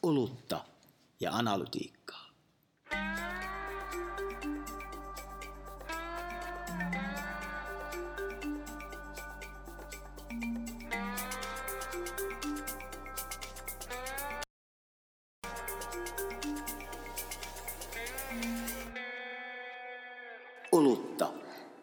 olutta ja analytiikkaa. Olutta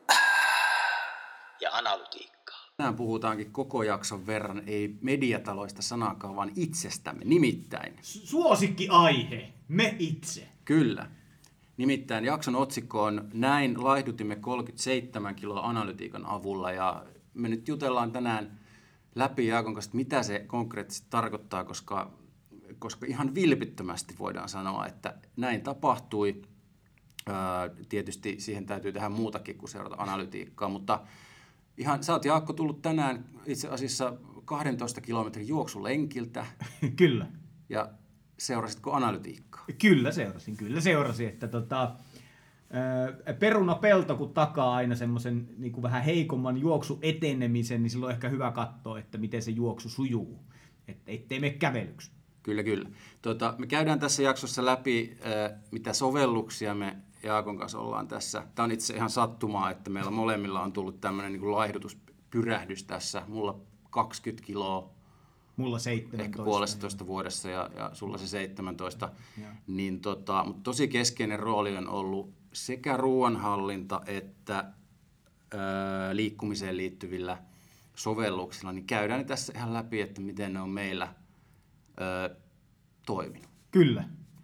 ja analytiikkaa. Tänään puhutaankin koko jakson verran, ei mediataloista sanaakaan, vaan itsestämme. Nimittäin. Suosikki aihe, me itse. Kyllä. Nimittäin jakson otsikko on Näin laihdutimme 37 kiloa analytiikan avulla. Ja me nyt jutellaan tänään läpi Jaakon kanssa, mitä se konkreettisesti tarkoittaa, koska ihan vilpittömästi voidaan sanoa, että näin tapahtui. Tietysti siihen täytyy tehdä muutakin kuin seurata analytiikkaa, mutta sä oot Jaakko tullut tänään itse asiassa 12 kilometrin juoksulenkiltä. Kyllä. Ja seurasitko analytiikkaa? Kyllä seurasin, että perunapelto kun takaa aina semmoisen niin kuin vähän heikomman juoksuetenemisen, niin silloin on ehkä hyvä katsoa, että miten se juoksu sujuu, ettei mene kävelyksi. Kyllä. Me käydään tässä jaksossa läpi, mitä sovelluksia me Jaakon kanssa ollaan tässä. Tämä on itse ihan sattumaa, että meillä molemmilla on tullut tämmöinen niin kuin laihdutuspyrähdys tässä. Mulla 20 kiloa. Mulla 17. Ehkä puolestatoista vuodessa ja sulla se 17. Niin, mutta tosi keskeinen rooli on ollut sekä ruoanhallinta että liikkumiseen liittyvillä sovelluksilla. Niin käydään tässä ihan läpi, että miten ne on meillä toiminut. Kyllä.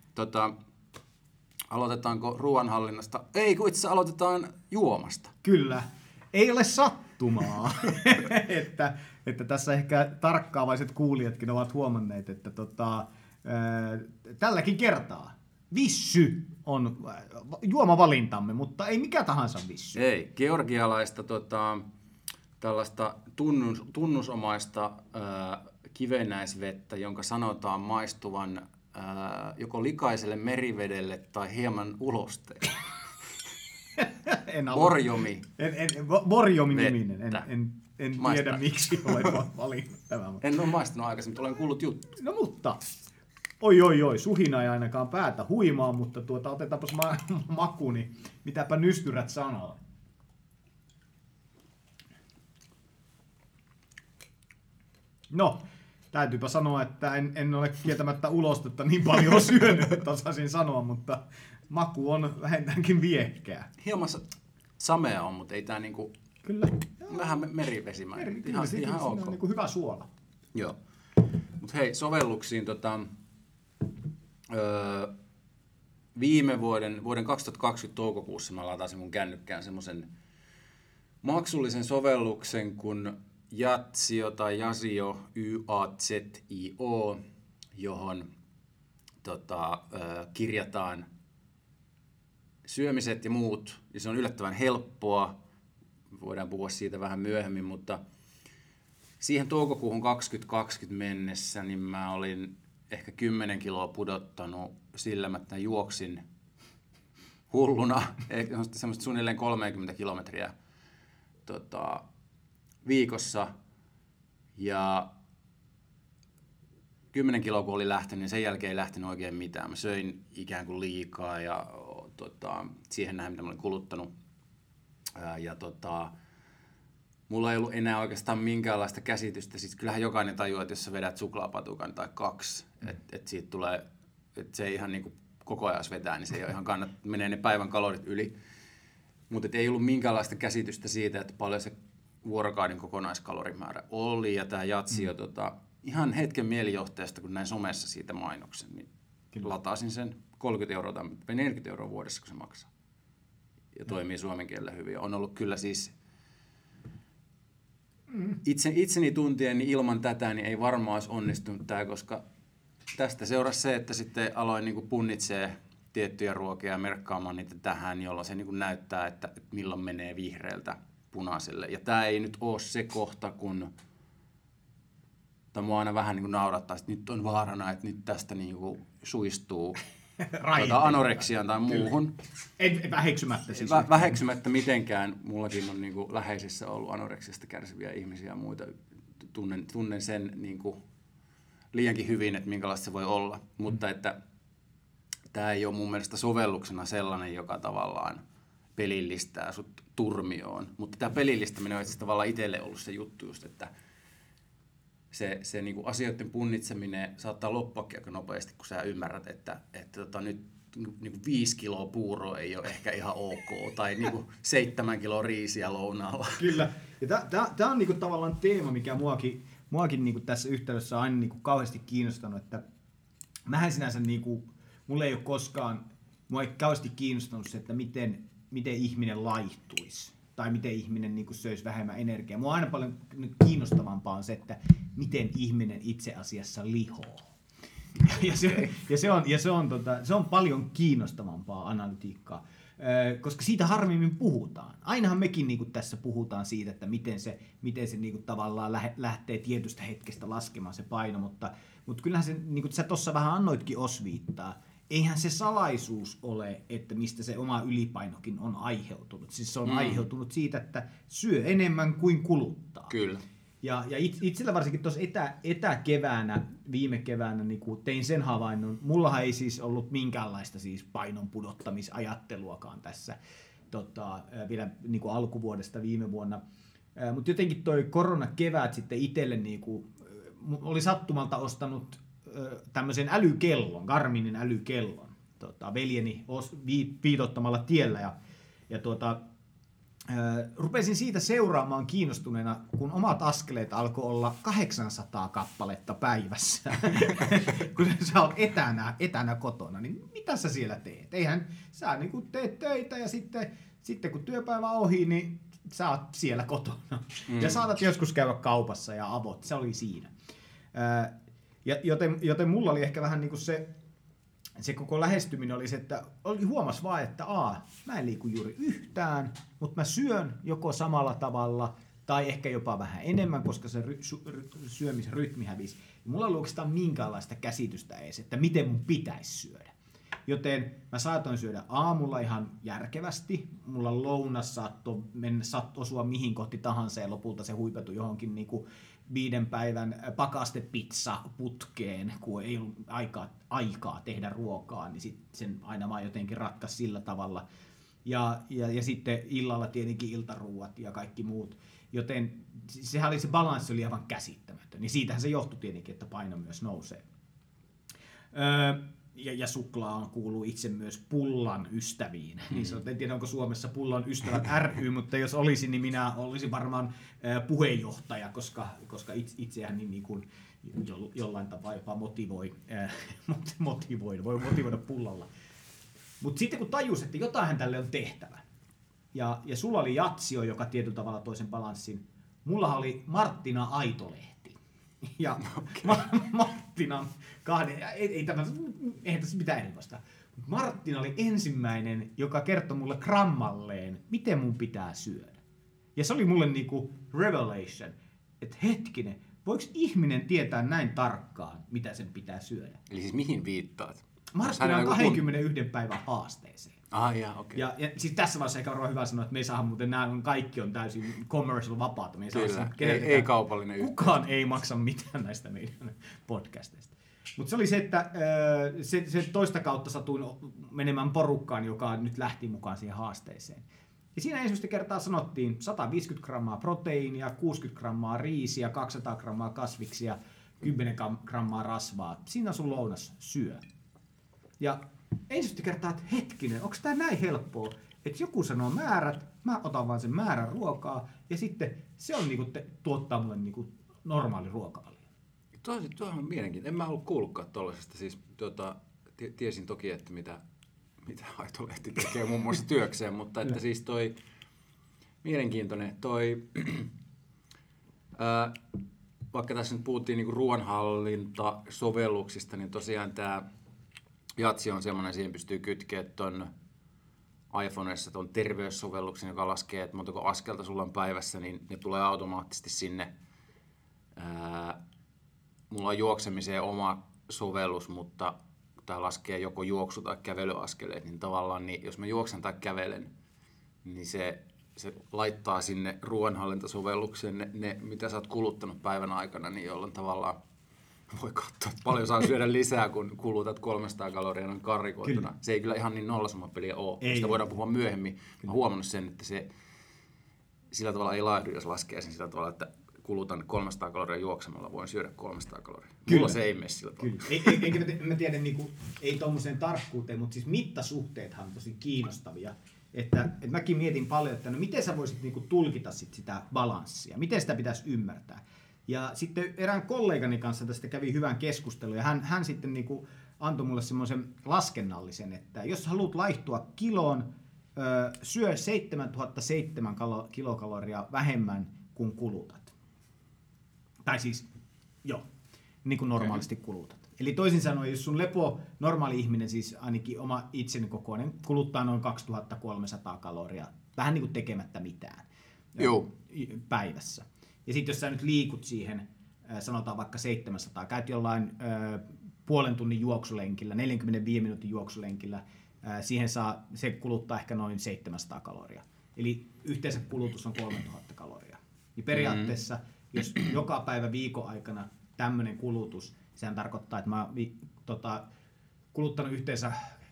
Aloitetaanko ruoanhallinnasta? Ei, kun itse aloitetaan juomasta. Kyllä. Ei ole sattumaa, että tässä ehkä tarkkaavaiset kuulijatkin ovat huomanneet, että tälläkin kertaa vissy on juomavalintamme, mutta ei mikä tahansa vissy. Ei, georgialaista tällaista tunnusomaista kivennäisvettä, jonka sanotaan maistuvan joko likaiselle merivedelle tai hieman ulosteelle. Borjomi. Borjomi-niminen. En tiedä, miksi olet valinnut tämän. En ole maistanut aikaisemmin, olen kuullut juttu. No mutta, oi, suhina ei ainakaan päätä huimaa, mutta otetaanpas maku, niin mitäpä nystyrät sanoo. No, täytyypä sanoa, että en ole kieltämättä ulostetta niin paljon syönyt, että osaisin sanoa, mutta maku on vähintäänkin viekkää. Hieman samea on, mutta ei tää niinku... Kyllä. Vähän merivesimäinen. Ihan ok. On niinku hyvä suola. Joo. Mut hei, sovelluksiin viime vuoden 2020 toukokuussa mä latasin mun kännykkään semmosen maksullisen sovelluksen kuin Jatsio tai Jasio, YAZIO, johon kirjataan syömiset ja muut, ja se on yllättävän helppoa. Voidaan puhua siitä vähän myöhemmin, mutta siihen toukokuuhun 2020 mennessä niin mä olin ehkä 10 kiloa pudottanut sillä, että juoksin hulluna, semmoista suunnilleen 30 kilometriä viikossa, ja 10 kiloa kun oli lähtenyt, niin sen jälkeen ei lähtenyt oikein mitään. Mä söin ikään kuin liikaa ja siihen nähden, mitä mä olin kuluttanut. Mulla ei ollut enää oikeastaan minkäänlaista käsitystä. Siis kyllähän jokainen tajuaa, että jos sä vedät suklaapatukan tai 2, että siitä tulee, että se ei ihan niin kuin koko ajan vetää, niin se ei ole ihan menee ne päivän kalorit yli. Mutta ei ollut minkäänlaista käsitystä siitä, että paljon se vuorokauden kokonaiskalorimäärä oli. Ja tämä Jatsio ihan hetken mielijohteesta, kun näin somessa siitä mainoksen, niin lataasin sen 30 € tai 40 € vuodessa, kun se maksaa. Ja toimii suomen kielellä hyvin. On ollut kyllä siis itseni tuntien, niin ilman tätä niin ei varmaan olisi onnistunut tämä, koska tästä seurasi se, että sitten aloin niin kuin punnitsee tiettyjä ruokia ja merkkaamaan niitä tähän, jolloin se niin kuin näyttää, että milloin menee vihreältä punaiselle. Ja tämä ei nyt ole se kohta, kun mua aina vähän niin kuin naurattaa, että nyt on vaarana, että nyt tästä niin kuin suistuu anoreksiaan tai muuhun. Väheksymättä siis. Väheksymättä mitenkään. Mullakin on niin kuin läheisissä ollut anoreksiasta kärsiviä ihmisiä ja muita. Tunnen sen niin kuin liiankin hyvin, että minkälaista se voi olla. Mutta että tämä ei ole mun mielestä sovelluksena sellainen, joka tavallaan pelillistää sut turmioon. Mutta tämä pelillistäminen on itse tavallaan itselle ollut se juttu just, että se niinku asioiden punnitseminen saattaa loppuakin aika nopeasti, kun sä ymmärrät, että nyt niinku 5 kiloa puuroa ei ole ehkä ihan ok, tai niinku 7 kiloa riisiä lounaalla. Kyllä. Ja tämä on niinku tavallaan teema, mikä muakin niinku tässä yhteydessä on aina niinku kauheasti kiinnostanut, että mähän sinänsä niinku, mulle ei ole koskaan, mua ei kauheasti kiinnostanut se, että miten ihminen laihtuisi. Tai miten ihminen niin kuin söisi vähemmän energiaa. Mua aina paljon kiinnostavampaa on se, että miten ihminen itse asiassa lihoo. Se on paljon kiinnostavampaa analytiikkaa, koska siitä harvemmin puhutaan. Ainahan mekin niin kuin tässä puhutaan siitä, että miten se niin kuin tavallaan lähtee tietystä hetkestä laskemaan se paino, mutta kyllähän se, niin kuin sä tuossa vähän annoitkin osviittaa, eihän se salaisuus ole, että mistä se oma ylipainokin on aiheutunut. Siis se on aiheutunut siitä, että syö enemmän kuin kuluttaa. Kyllä. Ja itsellä varsinkin tuossa etäkeväänä, viime keväänä niin kun tein sen havainnon. Mullahan ei siis ollut minkäänlaista siis painon pudottamisajatteluakaan tässä vielä niin kuin alkuvuodesta viime vuonna. Mutta jotenkin toi koronakevät sitten itselle niin kuin, oli sattumalta ostanut tämmöisen älykellon, Garminin älykellon, veljeni viitottamalla tiellä ja rupesin siitä seuraamaan kiinnostuneena, kun omat askeleet alkoi olla 800 kappaletta päivässä, kun sä oot etänä kotona, niin mitä sä siellä teet? Eihän sä niin kuin teet töitä ja sitten kun työpäivä ohi, niin sä oot siellä kotona. Ja saatat joskus käydä kaupassa ja avot, se oli siinä. Joten mulla oli ehkä vähän niin kuin se koko lähestyminen oli se, että huomas vaan, että mä en liiku juuri yhtään, mutta mä syön joko samalla tavalla tai ehkä jopa vähän enemmän, koska se syömisrytmi hävisi. Ja mulla ei ollut oikeastaan minkäänlaista käsitystä edes, että miten mun pitäisi syödä. Joten mä saatoin syödä aamulla ihan järkevästi. Mulla lounas saattoi osua mihin kohti tahansa ja lopulta se huipetui johonkin niinku 5 päivän pakastepizza putkeen, kun ei ollut aikaa tehdä ruokaa, niin sit sen aina vaan jotenkin ratkaisi sillä tavalla. Ja sitten illalla tietenkin iltaruuat ja kaikki muut. Joten sehän oli se balanssi oli aivan käsittämätön. Niin siitähän se johtui tietenkin, että paino myös nousee. Ja suklaan kuuluu itse myös pullan ystäviin. Niin en tiedä, onko Suomessa pullan ystävät ry, mutta jos olisi, niin minä olisin varmaan puheenjohtaja, koska itseään niin kuin jollain tapaa jopa voi motivoida pullalla. Mutta sitten kun tajus, että jotain tälle on tehtävä, ja sulla oli Jatsio, joka tietyllä tavalla toisen balanssin, mulla oli Marttina Aitolehti. Ja Marttinan eihän tässä mitään erikoista. Marttina oli ensimmäinen, joka kertoi mulle grammalleen, miten mun pitää syödä. Ja se oli mulle niinku revelation, että hetkinen, voiko ihminen tietää näin tarkkaan, mitä sen pitää syödä? Eli siis mihin viittaat? Marttinan 21 päivän haasteeseen. Okay. Ja siis tässä vaiheessa ehkä on hyvä sanoa, että me ei saa muuten, nämä kaikki on täysin commercial vapaata. Me ei saa ei kaupallinen kukaan ei maksa mitään näistä meidän podcasteista. Mutta se oli se, että se toista kautta satuin menemään porukkaan, joka nyt lähti mukaan siihen haasteeseen. Ja siinä ensimmäistä kertaa sanottiin 150 grammaa proteiinia, 60 grammaa riisiä, 200 grammaa kasviksia, 10 grammaa rasvaa. Siinä on sun lounas, syö. Ja ensimmäistä kertaa, että hetkinen, onko tämä näin helppoa, että joku sanoo määrät, mä otan vaan sen määrän ruokaa ja sitten se on niinku tuottaa mulle niinku normaali ruokavalio. Tuo on mielenkiintoinen. En mä ollut kuullutkaan tuollaisesta. Siis, tiesin toki, että mitä Aitolehti tekee muun muassa työkseen, mutta että siis toi mielenkiintoinen vaikka tässä nyt puhuttiin niinku ruoanhallintasovelluksista, niin tosiaan tämä Jatsi on semmoinen, siihen pystyy kytkemään ton iPhoneissa ton terveyssovelluksen, joka laskee, että montako askelta sulla on päivässä, niin ne tulee automaattisesti sinne. Mulla on juoksemiseen oma sovellus, mutta tämä laskee joko juoksu- tai kävelyaskeleet, niin tavallaan niin jos mä juoksen tai kävelen, niin se laittaa sinne ruoanhallintasovellukseen ne, mitä sä oot kuluttanut päivän aikana, niin jolloin tavallaan voi katsoa, että paljon saa syödä lisää, kun kulutat 300 kaloria noin karrikoituna. Kyllä. Se ei kyllä ihan niin nollasummapeliä ole. Ei, sitä voidaan puhua myöhemmin. Kyllä. Mä oon huomannut sen, että se sillä tavalla ei laihdu, jos laskee sen sillä tavalla, että kulutan 300 kaloria juoksemalla, voin syödä 300 kaloria. Kyllä. Mulla se ei mene sillä tavalla. Enkä mä tiedä, niin kuin, ei tuommoiseen tarkkuuteen, mutta siis mittasuhteethan on tosi kiinnostavia. Että mäkin mietin paljon, että no miten sä voisit niin kuin tulkita sitä balanssia, miten sitä pitäisi ymmärtää. Ja sitten erään kollegani kanssa tästä kävi hyvän keskustelun, ja hän sitten niin kuin antoi mulle semmoisen laskennallisen, että jos haluat laihtua kiloon, syö 7007 kilokaloria vähemmän kuin kulutat. Tai siis, joo, niin kuin normaalisti kulutat. Eli toisin sanoen, jos sun normaali ihminen, siis ainakin oma itseni kokoinen, kuluttaa noin 2300 kaloria, vähän niin kuin tekemättä mitään päivässä. Ja sitten jos sä nyt liikut siihen, sanotaan vaikka 700, käyt jollain puolen tunnin juoksulenkillä, 45 minuutin juoksulenkillä, se kuluttaa ehkä noin 700 kaloria. Eli yhteensä kulutus on 3000 kaloria. Niin periaatteessa, jos joka päivä viikon aikana tämmöinen kulutus, sehän tarkoittaa, että mä oon kuluttanut yhteensä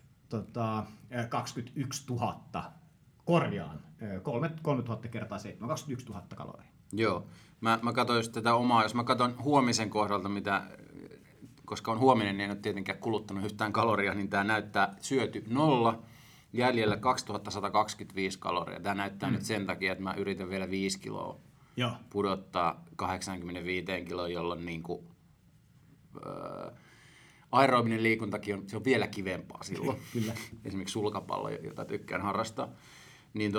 21 000, korjaan, 3000 kertaa 7, 21 000 kaloria. Joo. Mä katsoin just tätä omaa, jos mä katson huomisen kohdalta, koska on huominen, niin en ole tietenkään kuluttanut yhtään kaloria, niin tämä näyttää syöty 0, jäljellä 2125 kaloria. Tämä näyttää nyt sen takia, että mä yritän vielä 5 kiloa pudottaa 85 kiloa, jolloin niin kuin, aerobinen liikuntakin se on vielä kivempaa silloin. Kyllä. Esimerkiksi sulkapallo, jota tykkään harrastaa. Niin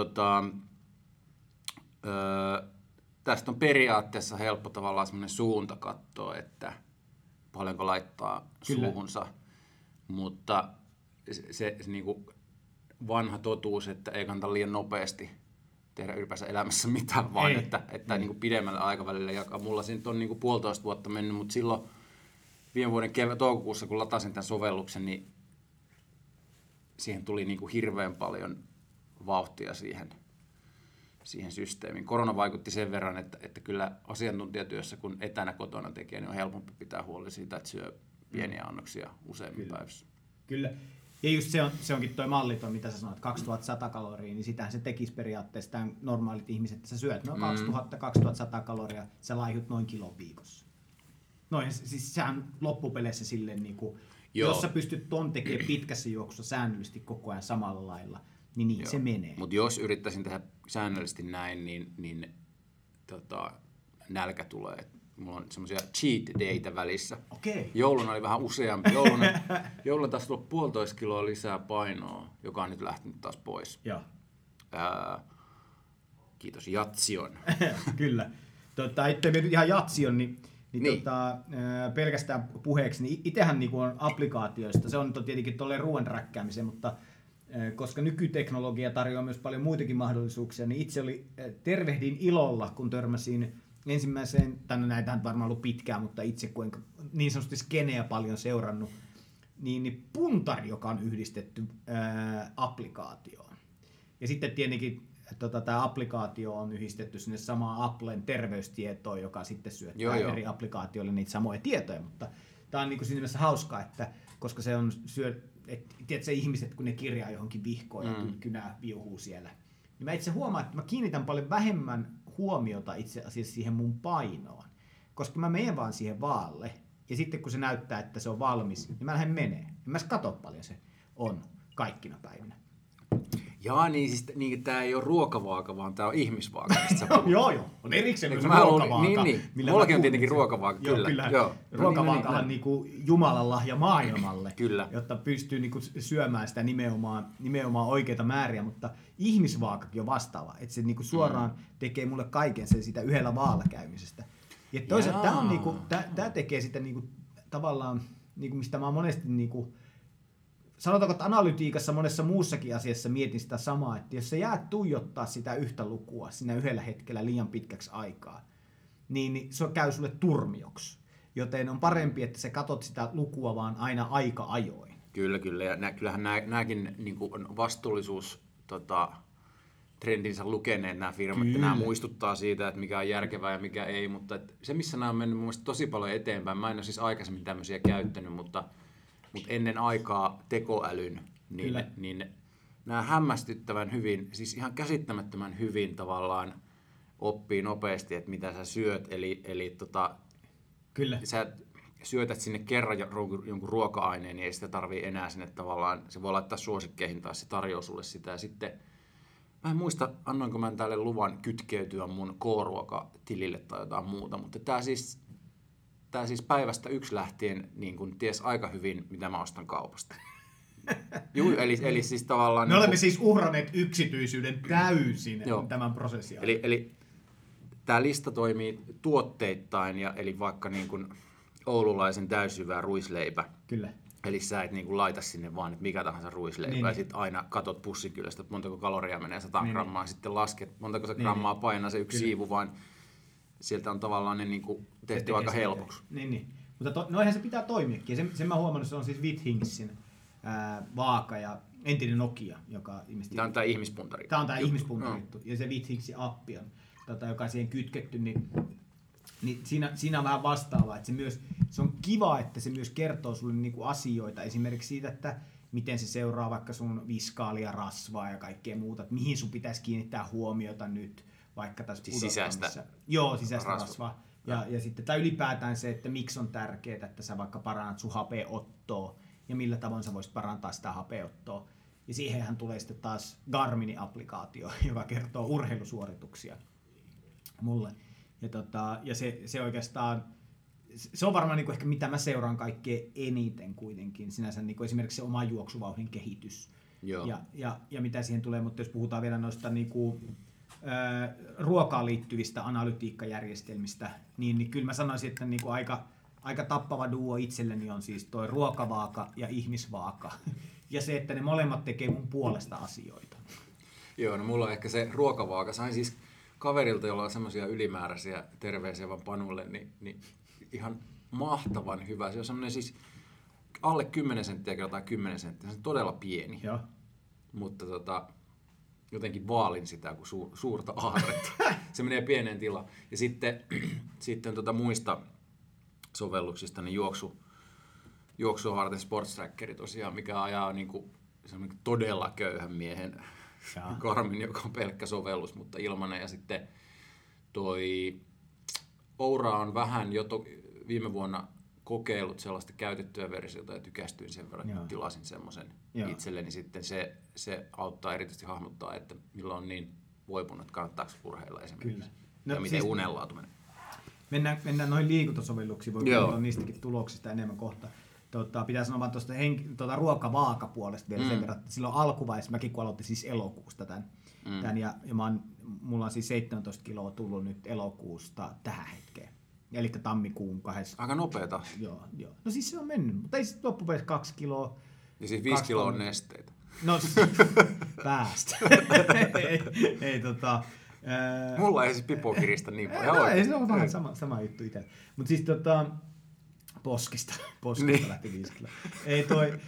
tästä on periaatteessa helppo tavallaan semmoinen suunta katsoa, että paljonko laittaa suuhunsa, mutta se niin kuin vanha totuus, että ei kannata liian nopeasti tehdä ylipäänsä elämässä mitään, vaan että niin kuin pidemmällä aikavälillä jakaa. Mulla siinä on niin kuin 1,5 vuotta mennyt, mutta silloin viime vuoden toukokuussa, kun latasin tämän sovelluksen, niin siihen tuli niin kuin hirveän paljon vauhtia siihen systeemiin. Korona vaikutti sen verran, että kyllä asiantuntijatyössä, kun etänä kotona tekee, niin on helpompi pitää huoli siitä, että syö pieniä annoksia useammin päivässä. Kyllä. Ja just se onkin toi malliton, mitä sä sanoit, 2100 kaloria, niin sitähän se tekisi periaatteessa tämän normaalit ihmiset, että sä syöt noin 2000-2100 kaloria, sä laihut noin kilon viikossa. Noin, siis sehän loppupeleissä silleen, niin kuin, jos sä pystyt ton tekemään pitkässä juoksussa säännöllisesti koko ajan samalla lailla, niin se menee. Mutta jos yrittäisin tehdä säännöllisesti näin, niin nälkä tulee. Mulla on semmoisia cheat dayta välissä. Okei. Jouluna oli vähän useampi. Jouluna taas tullut 1,5 kiloa lisää painoa, joka on nyt lähtenyt taas pois. Joo. Kiitos Jatsion. Kyllä. Ettei mennyt ihan Jatsion, niin. Pelkästään puheeksi, niin itsehän niin on applikaatioista, se on tietenkin tuolleen ruoan räkkäämiseen, mutta koska nykyteknologia tarjoaa myös paljon muitakin mahdollisuuksia, niin itse tervehdin ilolla, kun törmäsin ensimmäiseen, näitähän varmaan ollut pitkään, mutta itse kun en niin sanotusti skeneä paljon seurannut, niin puntari, joka on yhdistetty applikaatioon. Ja sitten tietenkin tämä applikaatio on yhdistetty sinne samaan Applen terveystietoon, joka sitten syöttää eri applikaatioille niitä samoja tietoja, mutta tämä on niin kuin siinä mielessä hauskaa, että koska se on tiedätkö, ihmiset, kun ne kirjaa johonkin vihkoon ja kynää viuhuu siellä, niin mä itse huomaan, että mä kiinnitän paljon vähemmän huomiota itse asiassa siihen mun painoon, koska mä menen vaan siihen vaalle, ja sitten kun se näyttää, että se on valmis, niin mä lähden menee. En mä katso paljon se on kaikkina päivinä. Jaa, niin siis tämä ei ole ruokavaaka, vaan tämä on ihmisvaaka. Joo. On erikseen myös ruokavaaka. Niin. Mullakin on tietenkin ruokavaaka, kyllä. Joo. Ruokavaakahan niinku Jumalan lahja maailmalle, kyllä. Jotta pystyy niinku syömään sitä nimenomaan oikeita määriä, mutta ihmisvaakakin on vastaava. Että se niinku suoraan tekee mulle kaiken sen sitä yhdellä vaalla käymisestä. Ja toisaalta tämä tekee sitä niinku, tavallaan, niinku, mistä mä oon monesti... Niinku, sanotaanko, että analytiikassa monessa muussakin asiassa mietin sitä samaa, että jos sä jäät tuijottaa sitä yhtä lukua siinä yhdellä hetkellä liian pitkäksi aikaa, niin se käy sulle turmioksi. Joten on parempi, että sä katot sitä lukua vaan aina aika ajoin. Kyllä. Ja kyllähän nämäkin niin kuin vastuullisuus trendinsä lukeneet nämä firmat, ja nämä muistuttaa siitä, että mikä on järkevää ja mikä ei, mutta se, missä nämä on mennyt mun mielestä tosi paljon eteenpäin, mä en ole siis aikaisemmin tämmöisiä käyttänyt, mutta ennen aikaa tekoälyn, niin nämä hämmästyttävän hyvin, siis ihan käsittämättömän hyvin tavallaan oppii nopeasti, että mitä sä syöt, eli Kyllä. Sä syötät sinne kerran jonkun ruoka-aineen, niin ei sitä tarvii enää sinne tavallaan, se voi laittaa suosikkeihin taas, se tarjoaa sulle sitä, ja sitten mä en muista, annoinko mä tälle luvan kytkeytyä mun K-ruokatilille tai jotain muuta, mutta tää siis päivästä 1 lähtien niin kun ties aika hyvin, mitä mä ostan kaupasta. Juu, eli siis tavallaan... Me olemme siis uhranneet yksityisyyden täysin tämän prosessin. Eli tämä lista toimii tuotteittain, eli vaikka niin kuin oululaisen täysjyvää ruisleipä. Kyllä. Eli sä et niin kuin laita sinne vaan, että mikä tahansa ruisleipä, ja sitten aina katot pussikyllästä, että montako kaloria menee 100 grammaa, sitten lasket, montako se grammaa painaa se yksi siivu, vaan sieltä on tavallaan ne niin kuin tehty aika helpoksi. Niin. Mutta noihän se pitää toimiakin. Sen mä huomannut, se on siis Withingsin vaaka ja entinen Nokia, joka ilmeisesti... Tämä on tämä ihmispuntari. Tämä on tämä ihmispuntarittu. Ja se Withingsin appi on, joka on siihen kytketty, niin siinä on vähän vastaavaa. Että se on kiva, että se myös kertoo sulle niinku asioita. Esimerkiksi siitä, että miten se seuraa vaikka sun viskaalia, rasvaa ja kaikkea muuta. Että mihin sun pitäisi kiinnittää huomiota nyt, vaikka tässä pudottamisessa. Joo, sisäistä rasvaa. Ja sitten tai ylipäätään se, että miksi on tärkeää, että sä vaikka parannat sun hapeottoa ja millä tavoin sä voisit parantaa sitä hapeottoa. Ja siihenhän tulee sitten taas Garminin applikaatio, joka kertoo urheilusuorituksia mulle. Ja se oikeastaan, se on varmaan niinku ehkä mitä mä seuraan kaikkein eniten kuitenkin, sinänsä niinku esimerkiksi se oma juoksuvauhdin kehitys. Ja mitä siihen tulee, mutta jos puhutaan vielä noista niinku, ruokaan liittyvistä analytiikkajärjestelmistä, niin kyllä mä sanoisin, että niinku aika tappava duo itselleni on siis toi ruokavaaka ja ihmisvaaka. Ja se, että ne molemmat tekee mun puolesta asioita. Joo, no mulla on ehkä se ruokavaaka. Sain siis kaverilta, jolla on semmoisia ylimääräisiä terveisiä vaan Panulle, niin ihan mahtavan hyvä. Se on semmoinen siis alle 10 senttiä tai 10 senttiä. Se on todella pieni. Joo. Mutta jotenkin vaalin sitä kuin suurta aarretta. Se menee pieneen tilaan. Ja sitten muista sovelluksista, niin juoksua varten Sports Trackeri tosiaan, mikä ajaa niinku semmoinen todella köyhän miehen Garmin, joka on pelkkä sovellus, mutta ilmanen. Ja sitten toi Oura on vähän jo viime vuonna kokeillut sellaista käytettyä versiota ja tykästyin sen verran, että tilasin semmoisen itselleni. Sitten se auttaa erityisesti hahmottaa, että milloin on niin voipunut, että kannattaako urheilla esimerkiksi. No, ja miten siis unenlaatu menee. Mennään noihin liikuntasovelluksiin, voi puhua niistäkin tuloksista enemmän kohta. Pitää sanoa vaan tuosta ruokavaakapuolesta vielä sen verran, että silloin alkuvaiheessa mäkin kun aloitin siis elokuusta tämän ja mulla on siis 17 kiloa tullut nyt elokuusta tähän hetkeen. Eli tammikuun 2. Aika nopeeta. Joo. No siis se on mennyt, mutta ei sitten loppupeleissä 2 kiloa. Ja siis 5 kiloa on nesteitä. No päästä. ei mulla ei siis pipo kiristä niin paljon. Ei, se on vähän sama juttu itse. Mutta siis Poskista niin. Lähti 5 kiloa. Ei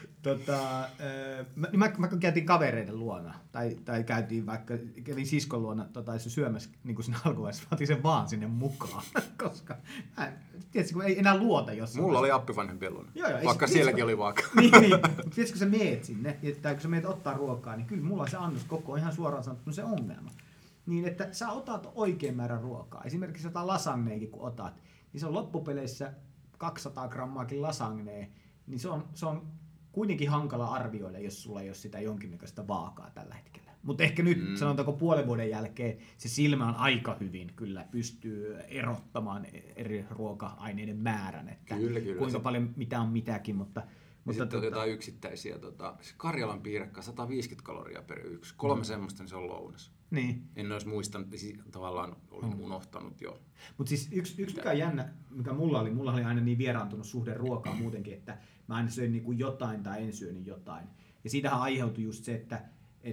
mä käytiin kavereiden luona, tai käytiin kävin siskon luona syömässä niin kuin siinä alkuvaiheessa, mä otin sen vaan sinne mukaan, koska tiedätkö, kun ei enää luota jossain. Mulla oli appivanhempien luona, vaikka sielläkin oli vaaka. Niin, tiedätkö, kun sä meet sinne, tai kun sä meet ottaa ruokaa, niin kyllä mulla on se annos koko ihan suoraan sanottuna se ongelma. Niin, että sä otat oikein määrän ruokaa. Esimerkiksi jotain lasagneekin kun otat, niin se on loppupeleissä 200 grammaakin lasagnea, niin se on kuitenkin hankala arvioida, jos sulla ei ole sitä jonkinnäköistä vaakaa tällä hetkellä. Mutta ehkä nyt, sanotaanko puolen vuoden jälkeen, se silmä on aika hyvin kyllä pystyy erottamaan eri ruoka-aineiden määrän, että kyllä. Kuinka paljon mitä on mitäkin, mutta sitten otetaan yksittäisiä. Karjalan piirakka 150 kaloria per yksi. 3 semmoista, niin se on lounas. Niin. En olisi muistanut, tavallaan olin unohtanut jo. Mutta siis yksi mikä on jännä, mikä mulla oli aina niin vieraantunut suhde ruokaa muutenkin, että mä aina söin niinku jotain tai en syönyt jotain. Ja siitähän aiheutui just se, että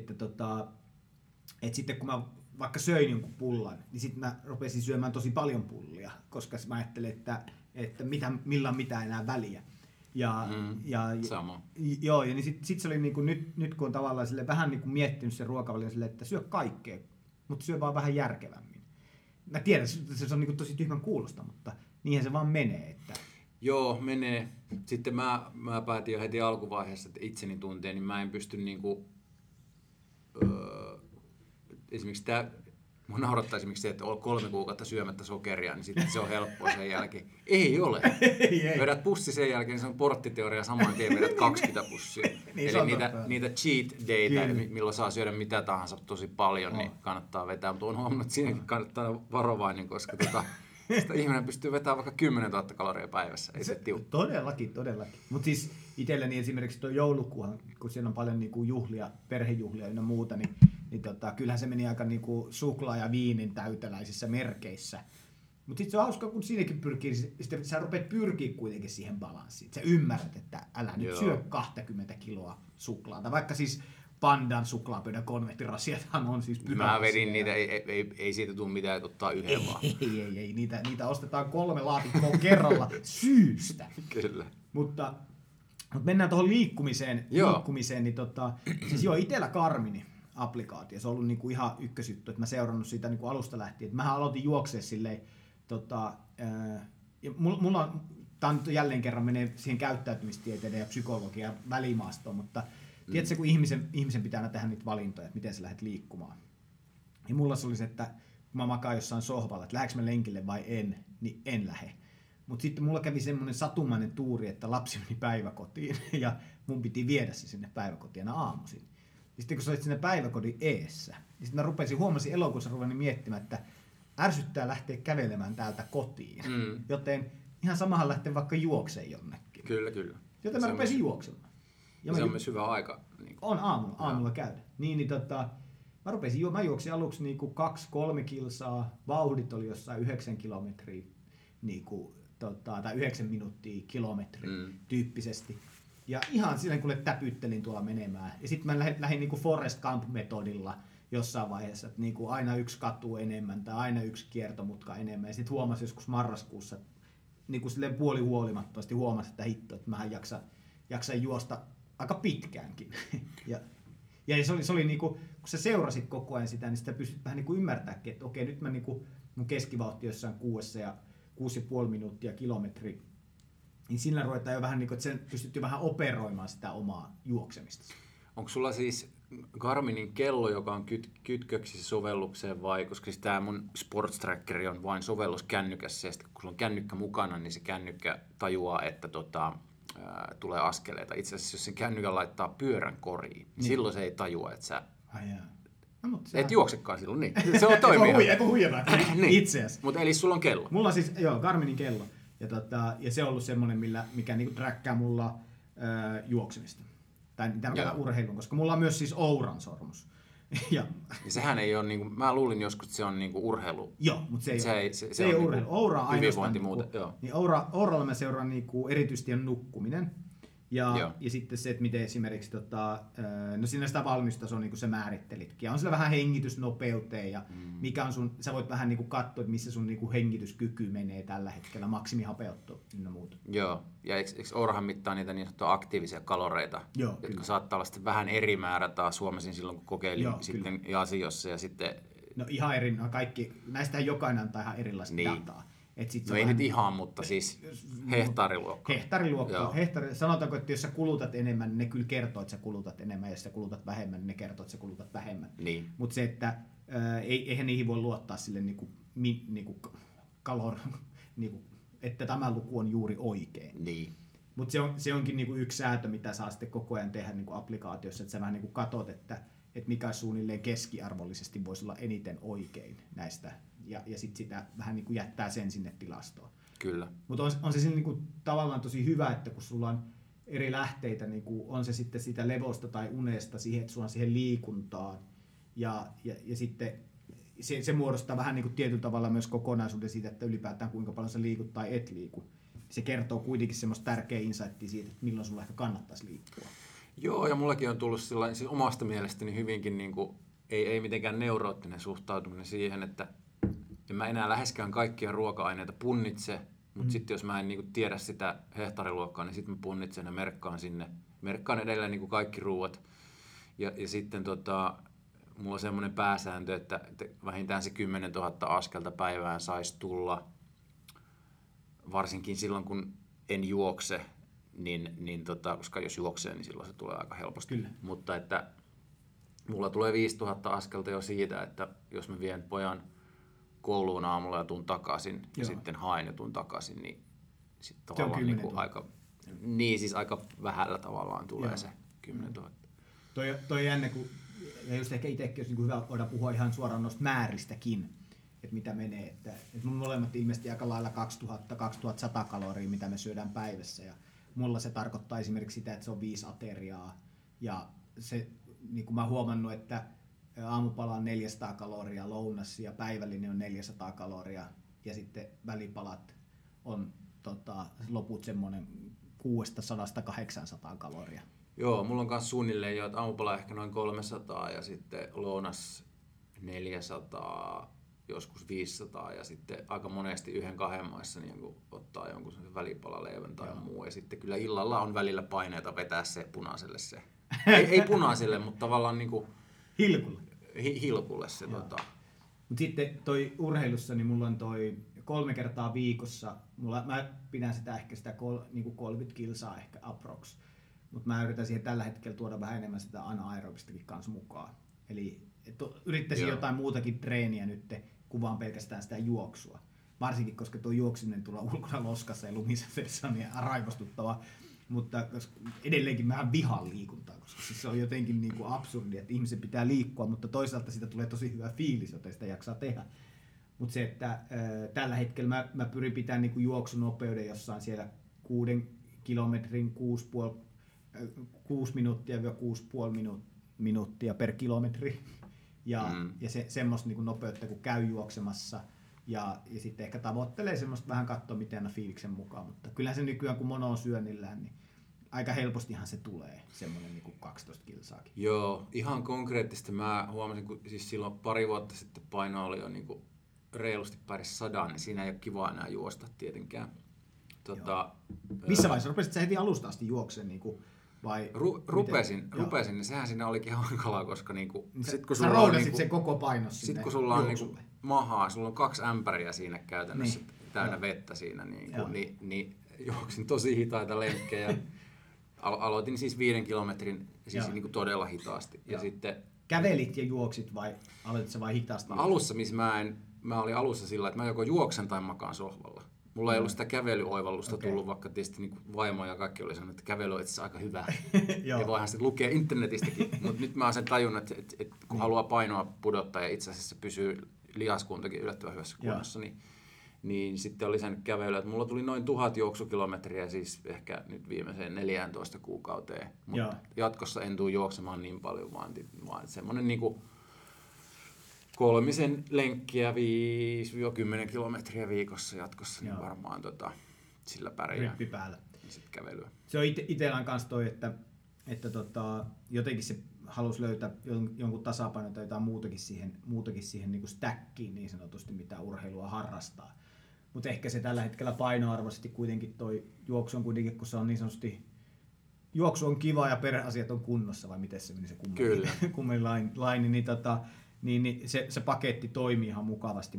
sitten kun mä vaikka söin jonkun pullan, niin sitten mä rupesin syömään tosi paljon pullia, koska mä ajattelin, että millään mitään enää väliä. Sama. Joo, ja niin sit se oli niinku nyt kun on tavallaan sille vähän niinku miettinyt sen ruokavalion sille, että syö kaikkea, mutta syö vaan vähän järkevämmin. Mä tiedän, se on niin kuin tosi tyhmän kuulosta, mutta niinhän se vaan menee. Että... Joo, menee. Sitten mä päätin jo heti alkuvaiheessa, että itseni tuntee, niin mä en pysty niinku... esimerkiksi mua naurattaa esimerkiksi se, että on 3 kuukautta syömättä sokeria, niin sitten se on helppoa sen jälkeen. Ei ole. ei. Vedät pussi sen jälkeen, niin se on porttiteoria, saman tien vedät 20 pussia. Niin, eli niitä cheat dayta, milloin saa syödä mitä tahansa tosi paljon, niin kannattaa vetää. Mutta olen huomannut, että siinäkin kannattaa olla varovainen, koska sitä ihminen pystyy vetämään vaikka 10 000 kaloria päivässä. Ei se tiukka. Todellakin. Mutta siis itselleni esimerkiksi tuo joulukuuhan, kun siellä on paljon niinku juhlia, perhejuhlia ja muuta, niin kyllähän se meni aika niinku suklaa- ja viinin täyteläisissä merkeissä. Mutta sitten se on hauska, kun siinäkin pyrkii, sitten sä rupeat pyrkiä kuitenkin siihen balanssiin. Sä ymmärrät, että älä nyt syö 20 kiloa suklaata, vaikka siis Pandan suklaapöydän konvehtirasiathan on siis pyhä. Mä vedin niitä, ei siitä tule mitään, että ottaa yhden vaan. Ei, niitä ostetaan 3 laatikkoa kerralla syystä. Kyllä. Mutta mennään tuohon liikkumiseen, niin siis itsellä Garmini applikaatio, se on ollut niinku ihan ykkösjuttu, että mä seurannut sitä niinku alusta lähtien. Et mähän aloitin juoksea silleen, ja mulla on, tää nyt jälleen kerran menee siihen käyttäytymistieteiden ja psykologian välimaastoon, mutta tiedätkö, kun ihmisen pitää tehdä niitä valintoja, että miten sä lähdet liikkumaan. Ja mulla se oli se, että kun mä makaan jossain sohvalla, että lähdekö mä lenkille vai en, niin en lähde. Mutta sitten mulla kävi semmoinen satumainen tuuri, että lapsi meni päiväkotiin ja mun piti viedä se sinne päiväkotiin aina aamuisin. Ja sitten kun sä olit sinne päiväkodin eessä, niin sitten mä huomasin elokuussa ruveni miettimään, että ärsyttää lähteä kävelemään täältä kotiin. Joten ihan samahan lähtee vaikka juokseen jonnekin. Kyllä. Joten mä rupesin juoksemaan. Ja se on myös hyvä aika. Niin on aamulla käydä. Mä juoksin aluksi niinku 2-3 kilsaa, vauhdit oli jossain 9 kilometriä, niinku, tai 9 minuuttia kilometri tyyppisesti. Ja ihan silleen, kun täpyttelin tuolla menemään. Ja sitten mä lähdin niinku Forest Camp-metodilla jossain vaiheessa, että niinku aina 1 katu enemmän tai aina 1 kiertomutka enemmän. Ja sitten huomasin joskus marraskuussa, niinku silleen puolihuolimattomasti huomasin, että hitto, että mähän jaksan juosta aika pitkäänkin. ja se oli niinku, kun sä seurasit koko ajan sitä, niin sitä pystyt vähän niinku ymmärtääkin, että okei, nyt mä niinku, mun keskivauhti jossain 6,5 minuuttia kilometri, niin sillä ruvetaan jo vähän niinku, että sen pystyt jo vähän operoimaan sitä omaa juoksemista. Onko sulla siis Garminin kello, joka on kytköksissä sovellukseen vai, koska siis tää mun sports trackeri on vain sovellus kännykässä ja sitten kun sulla on kännykkä mukana, niin se kännykkä tajuaa, että tulee askeleita. Itse asiassa jos sen kännykän laittaa pyörän koriin, niin silloin se ei tajua, että sä et juoksekaan silloin. Niin. Se on toimia. Eikö huijana? Niin. Itse asiassa. Mutta eli sulla on kello. Mulla on siis, Garminin kello. Ja se on ollut semmoinen, mikä niinku träkkää mulla juoksemista. Tai mitä urheilun, koska mulla on myös siis Ouran sormus. Ja sehän ei ole, niinku, mä luulin joskus, että se on niinku urheilu. Joo, mutta se ei on ole urheilu. Oura on hyvinvointi ainoastaan. Joo. Niin Ouralla mä seuraan niinku erityisesti nukkuminen. Ja sitten se, että miten esimerkiksi, no siinä sitä valmistasoa niin kuin sä määrittelitkin. Ja on sillä vähän hengitysnopeuteen ja mikä on sä voit vähän niin kuin katsoa, että missä sun niin kuin hengityskyky menee tällä hetkellä, maksimihapeutto ynnä muuta. Joo, ja eikö Ourahan mittaa niitä niin sanottuja aktiivisia kaloreita, jotka kyllä saattaa olla sitten vähän eri määrä taas huomasin silloin, kun kokeilin sitten asioissa ja sitten... No ihan eri, kaikki, näistähän jokainen antaa ihan erilaista dataa. No ei nyt ihan, mutta siis hehtaariluokkaa. Hehtaariluokkaa. Sanotaanko, että jos sä kulutat enemmän, niin ne kyllä kertoo, että sä kulutat enemmän, ja jos sä kulutat vähemmän, niin ne kertoo, että sä kulutat vähemmän. Niin. Mutta se, että eihän niihin voi luottaa sille että tämä luku on juuri oikein. Niin. Mutta se onkin niinku yksi säätö, mitä saa sitten koko ajan tehdä niinku applikaatiossa, että sä vähän niinku katot, että mikä suunnilleen keskiarvollisesti voisi olla eniten oikein näistä. Ja sitten sitä vähän niin kuin jättää sen sinne tilastoon. Kyllä. Mutta on se niin kuin tavallaan tosi hyvä, että kun sulla on eri lähteitä, niin kuin on se sitten sitä levosta tai unesta siihen, että sulla on siihen liikuntaan. Ja sitten se muodostaa vähän niin kuin tietyllä tavalla myös kokonaisuuden siitä, että ylipäätään kuinka paljon sä liikut tai et liiku. Se kertoo kuitenkin semmoista tärkeä insightia siitä, että milloin sulla ehkä kannattaisi liikkua. Joo, ja mullakin on tullut sellainen, siis omasta mielestäni hyvinkin, niin kuin, ei mitenkään neuroottinen suhtautuminen siihen, että en mä enää läheskään kaikkia ruoka-aineita punnitse, mutta sitten jos mä en niinku tiedä sitä hehtaariluokkaa, niin sitten mä punnitsen ja merkkaan sinne. Merkkaan edelleen niinku kaikki ruuat. Ja sitten mulla on semmoinen pääsääntö, että vähintään se 10 000 askelta päivään saisi tulla, varsinkin silloin kun en juokse, koska jos juoksee, niin silloin se tulee aika helposti. Kyllä. Mutta että mulla tulee 5000 askelta jo siitä, että jos mä vien pojan kouluun aamulla ja tuun takaisin ja sitten haen ja tuun takaisin, niin sitten tavallaan niin kuin aika vähällä tavallaan tulee se 10 000. Toi jännä, ja just ehkä itsekin olisi niin hyvä voida puhua ihan suoraan noista määristäkin, että mitä menee. Että mun molemmat ilmeisesti aika lailla 2000-2100 kaloria, mitä me syödään päivässä. Ja mulla se tarkoittaa esimerkiksi sitä, että se on 5 ateriaa. Ja se, niin kuin mä oon huomannut, että aamupala on 400 kaloria lounas ja päivällinen on 400 kaloria. Ja sitten välipalat on loput semmoinen 600-800 kaloria. Joo, mulla on myös suunnilleen jo, että aamupala ehkä noin 300 ja sitten lounas 400, joskus 500 ja sitten aika monesti 1-2 maissa niin ottaa jonkun välipalaleivän tai muu. Ja sitten kyllä illalla on välillä paineita vetää se punaiselle se. ei punaiselle, mutta tavallaan niin kuin hilkulle se. Mutta sitten toi urheilussa, niin mulla on toi 3 kertaa viikossa. Mä pidän sitä ehkä sitä niin 30 kilsaa ehkä approx. Mutta mä yritän siihen tällä hetkellä tuoda vähän enemmän sitä anaerobistakin kanssa mukaan. Eli yrittäisin jotain muutakin treeniä nyt, kuin vaan pelkästään sitä juoksua. Varsinkin, koska tuo juoksiminen tulla ulkona loskassa ja lumisateessa on niin raivostuttavaa. Mutta edelleenkin mä vihaan liikuntaa, koska siis se on jotenkin niin kuin absurdi, että ihmisen pitää liikkua, mutta toisaalta siitä tulee tosi hyvä fiilis, joten sitä jaksaa tehdä. Mutta se, että tällä hetkellä mä pyrin pitämään niin kuin juoksunopeuden jossain siellä 6 kilometrin 6 minuuttia ja 6,5 minuuttia per kilometri. Ja semmoista niin kuin nopeutta, kun käy juoksemassa. Ja sitten ehkä tavoittelee semmoista vähän katsoa, miten aina fiiliksen mukaan. Mutta kyllähän se nykyään, kun mono on syönnillään, niin aika helpostihan se tulee, semmoinen niin kuin 12 kilsaakin. Joo, ihan konkreettisesti mä huomasin, kun siis silloin pari vuotta sitten paino oli jo niin kuin reilusti päälle 100, niin siinä ei ole kiva enää juosta tietenkään. Missä vaiheessa rupesit sä heti alusta asti juokseen? Niin kuin, vai rupesin, niin sehän siinä olikin hankalaa, koska niinku, sit kun sulla on niinku, sen koko painos sinne. Sit kun sulla on niinku mahaa, sulla on 2 ämpäriä siinä käytännössä täynnä vettä siinä, niin juoksin tosi hitaita lenkkejä. Aloitin siis 5 kilometrin siis niinku todella hitaasti. Ja sitten kävelit ja juoksit vai aloitit sä vain hitaasti? Alussa, missä mä olin alussa sillä, että mä joko juoksen tai makaan sohvalla. Mulla ei ollut sitä kävelyoivallusta tullut, vaikka tietysti niin vaimo ja kaikki oli sanonut, että kävely on itse aika hyvä. Ja voihan sitten lukea internetistäkin. Mutta nyt mä oon sen tajunnut, että kun haluaa painoa pudottaa ja itse asiassa pysyy lihaskuntakin yllättävän hyvässä kunnossa, niin sitten oli sen kävelyä, että mulla tuli noin 1000 juoksukilometriä siis ehkä nyt viimeiseen 14 kuukauteen. Mutta jatkossa en tule juoksemaan niin paljon, vaan semmoinen niinku 3 lenkkiä 5-10 kilometriä viikossa jatkossa, niin varmaan sillä pärjää. Ryppi päällä. Ja sitten kävelyä. Se on itsellään kanssa toi, että jotenkin se halusi löytää jonkun tasapainon tai jotain muutakin siihen niin kuin stackiin niin sanotusti, mitä urheilua harrastaa. Mutta ehkä se tällä hetkellä painoarvoisesti kuitenkin toi juoksu on kuitenkin, kun se on niin sanotusti, juoksu on kiva ja perheasiat on kunnossa, vai miten se meni se kummin laini, niin se paketti toimii ihan mukavasti,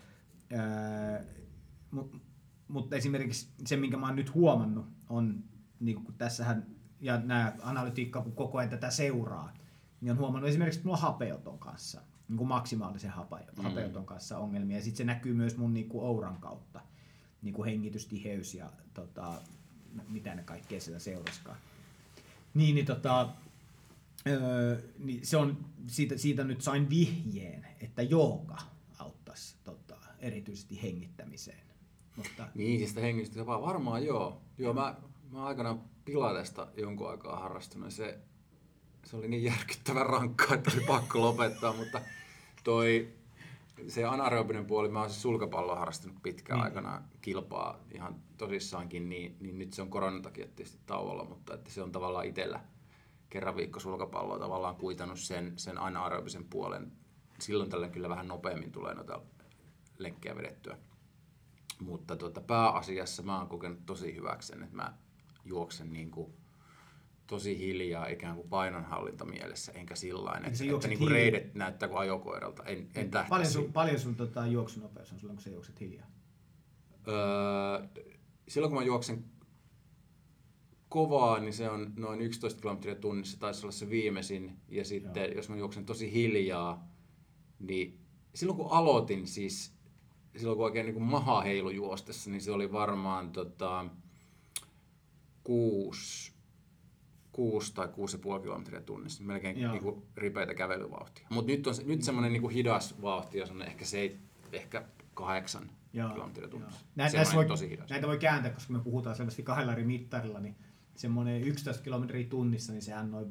mutta esimerkiksi se, minkä mä oon nyt huomannut, on, niin kun tässähän, ja nämä analytiikka, kun koko ajan tätä seuraa, niin on huomannut esimerkiksi, että mulla on hapeoton kanssa, niin kuin maksimaalisen hapeoton kanssa ongelmia, ja sitten se näkyy myös mun niin kuin ouran kautta, niin kuin hengitystiheys ja mitä ne kaikkea siellä seuraskaan. Niin se on, siitä nyt sain vihjeen, että jooga auttaisi erityisesti hengittämiseen. Mutta niin, siis sitä hengitystä varmaan joo. Mä aikanaan Pilatesta jonkun aikaa harrastunut. Se oli niin järkyttävän rankkaa, että oli pakko lopettaa, mutta se anaerobinen puoli, mä oon siis sulkapalloa harrastanut pitkään aikana kilpaa ihan tosissaankin, niin nyt se on koronan takia tietysti tauolla, mutta että se on tavallaan itsellä kerran viikko sulkapalloa tavallaan kuitannut sen anaerobisen puolen. Silloin tällä kyllä vähän nopeammin tulee noita lenkkejä vedettyä. Mutta pääasiassa mä oon kokenut tosi hyväksi sen, että mä juoksen niin kuin tosi hiljaa ikään kuin painonhallintamielessä, enkä sillain, että juokset niin kuin reidet näyttää kuin ajokoiralta. En tähtäisi. Paljon sun juoksunopeus on silloin, kun sä juokset hiljaa? Silloin kun mä juoksen kovaa, niin se on noin 11 kilometriä tunnissa, taisi olla se viimeisin. Ja sitten jos mä juoksen tosi hiljaa, niin silloin kun aloitin siis, silloin kun oikein niin kuin maha heilu juostessa, niin se oli varmaan 6 tai 6,5 kilometriä tunnissa, melkein niin kuin ripeitä kävelyvauhtia. Mutta nyt semmoinen niin kuin hidas vauhti, jos on ehkä 8 kilometriä tunnissa. Tosi hidas. Näitä voi kääntää, koska me puhutaan selvästi 2 eri mittarilla, niin semmoinen 11 kilometriä tunnissa, niin sehän noin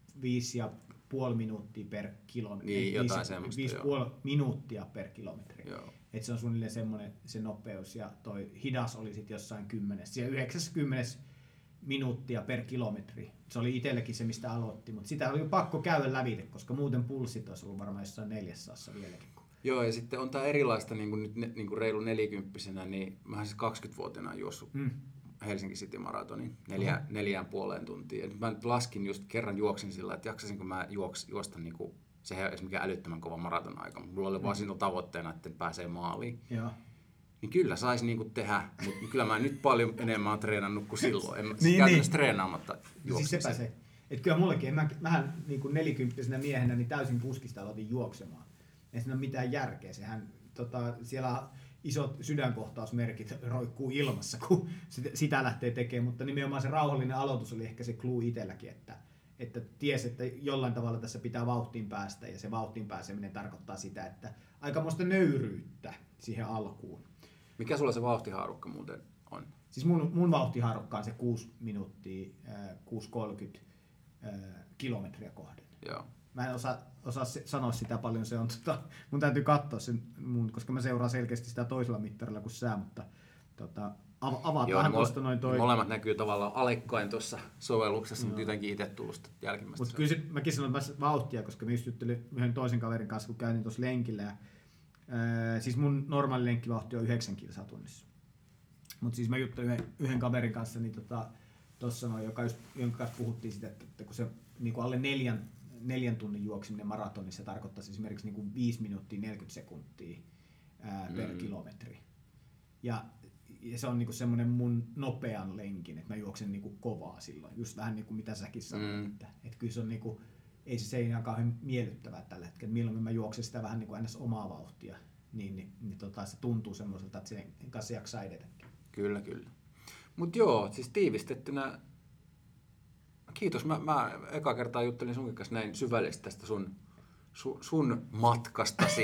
5,5 minuuttia per kilometri. Niin, jotain semmoista. 5,5 minuuttia per kilometri. Joo. Et se on suunnilleen semmoinen se nopeus, ja toi hidas oli sitten jossain 10. Siellä 90 minuuttia per kilometri. Se oli itsellekin se, mistä aloitti, mutta sitä oli pakko käydä lävite, koska muuten pulssit olisi ollut varmaan jossain 400 vieläkin. Joo, ja sitten on tämä erilaista, niin kuin nyt niin kuin reilu 40-vuotiaana, niin mä siis 20-vuotiaana juossut Helsinki City Maratonin 4,5 tuntia. Nyt mä nyt laskin just kerran juoksin sillä, että jaksasinko mä juosta niin kuin, sehän ei ole mikään älyttömän kova maraton aika. Mulla oli vaan siinä tavoitteena, että pääsee maaliin. Joo. Niin kyllä saisi niinku tehdä, mutta kyllä mä nyt paljon enemmän olen treenannut kuin silloin. En käytännössä treenaamatta juoksin. Siis sepä se. Että kyllä mullekin, mähän niin kuin 40-vuotiaana miehenä niin täysin puskista aloitin juoksemaan. Ei siinä ole mitään järkeä. Sehän, siellä isot sydänkohtausmerkit roikkuu ilmassa, kun sitä lähtee tekemään, mutta nimenomaan se rauhallinen aloitus oli ehkä se clue itselläkin, että tiesi, että jollain tavalla tässä pitää vauhtiin päästä, ja se vauhtiin pääseminen tarkoittaa sitä, että aikamoista nöyryyttä siihen alkuun. Mikä sulla se vauhtihaarukka muuten on? Siis mun vauhtihaarukka on se 6 minuuttia, 6,30 kilometriä kohden. Joo. Mä en osaa sanoa sitä paljon, se on, mun täytyy katsoa sen, koska mä seuraan selkeästi sitä toisella mittarilla kuin sä, mutta avataan tuosta noin toi. Molemmat näkyy tavallaan alekkain tuossa sovelluksessa, mutta jotenkin itse tullut sitä jälkimmäistä. Mutta kyllä mäkin sanon vauhtia, koska mä just juttelin yhden toisen kaverin kanssa, kun käytin tuossa lenkillä. Ja, siis mun normaali lenkkivauhti on 9 kilsaa tunnissa. Mutta siis mä juttelin yhden kaverin kanssa, niin tuossa jonka kanssa puhuttiin sitä, että kun se niin kuin alle 4 tunnin juoksiminen maratonissa, se tarkoittaisi esimerkiksi niin kuin 5 minuuttia 40 sekuntia per kilometri. Ja se on niinku semmoinen mun nopean lenkin, että mä juoksen niinku kovaa silloin, just vähän niinku mitä säkin sanoit, että kyllä se on niinku, ei se ihan kauhean miellyttävää tällä hetkellä, milloin mä juoksen sitä vähän niinku ns. Omaa vauhtia, niin se tuntuu semmoiselta, että sen kanssa jaksaa edetäkin. Kyllä. Mut joo, siis tiivistettynä, kiitos, mä eka kertaa juttelin sunkin kanssa näin syvällisesti tästä sun matkastasi,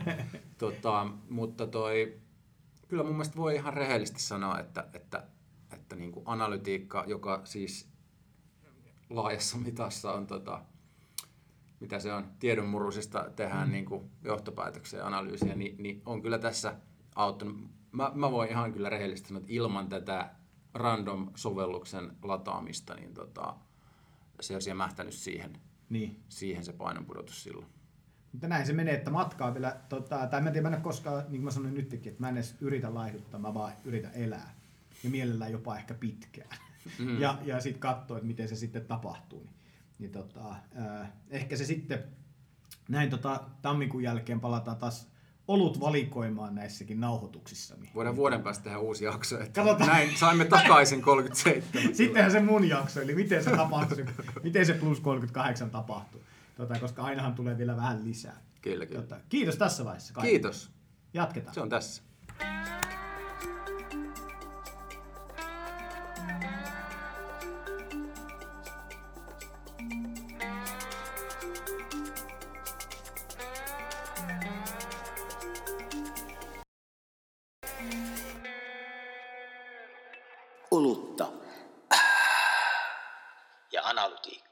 mutta kyllä mun mielestä voi ihan rehellisesti sanoa, että niin kuin analytiikka, joka siis laajassa mitassa on, mitä se on, tiedonmurusista tehdään niin kuin johtopäätöksiä ja analyysiä, niin on kyllä tässä auttanut. Mä voin ihan kyllä rehellisesti sanoa, että ilman tätä random-sovelluksen lataamista, niin se olisi jämähtänyt siihen se painonpudotus silloin. Mutta näin se menee, että matkaa vielä, tai mä en tiedä, koskaan, niin kuin mä sanoin nytkin, että mä en edes yritä laihduttaa, mä vaan yritän elää. Ja mielellään jopa ehkä pitkään. Ja sitten katsoa, että miten se sitten tapahtuu. Ehkä se sitten, näin tammikuun jälkeen palataan taas olut valikoimaan näissäkin nauhoituksissa. Voidaan vuoden päästä tehdä uusi jakso, että näin saimme takaisin 37. Sittenhän se mun jakso, eli miten se tapahtuu, miten se plus 38 tapahtuu. Koska ainahan tulee vielä vähän lisää. Kyllä. Kiitos tässä vaiheessa. Kiitos. Jatketaan. Se on tässä. Olutta ja analytiikkaa.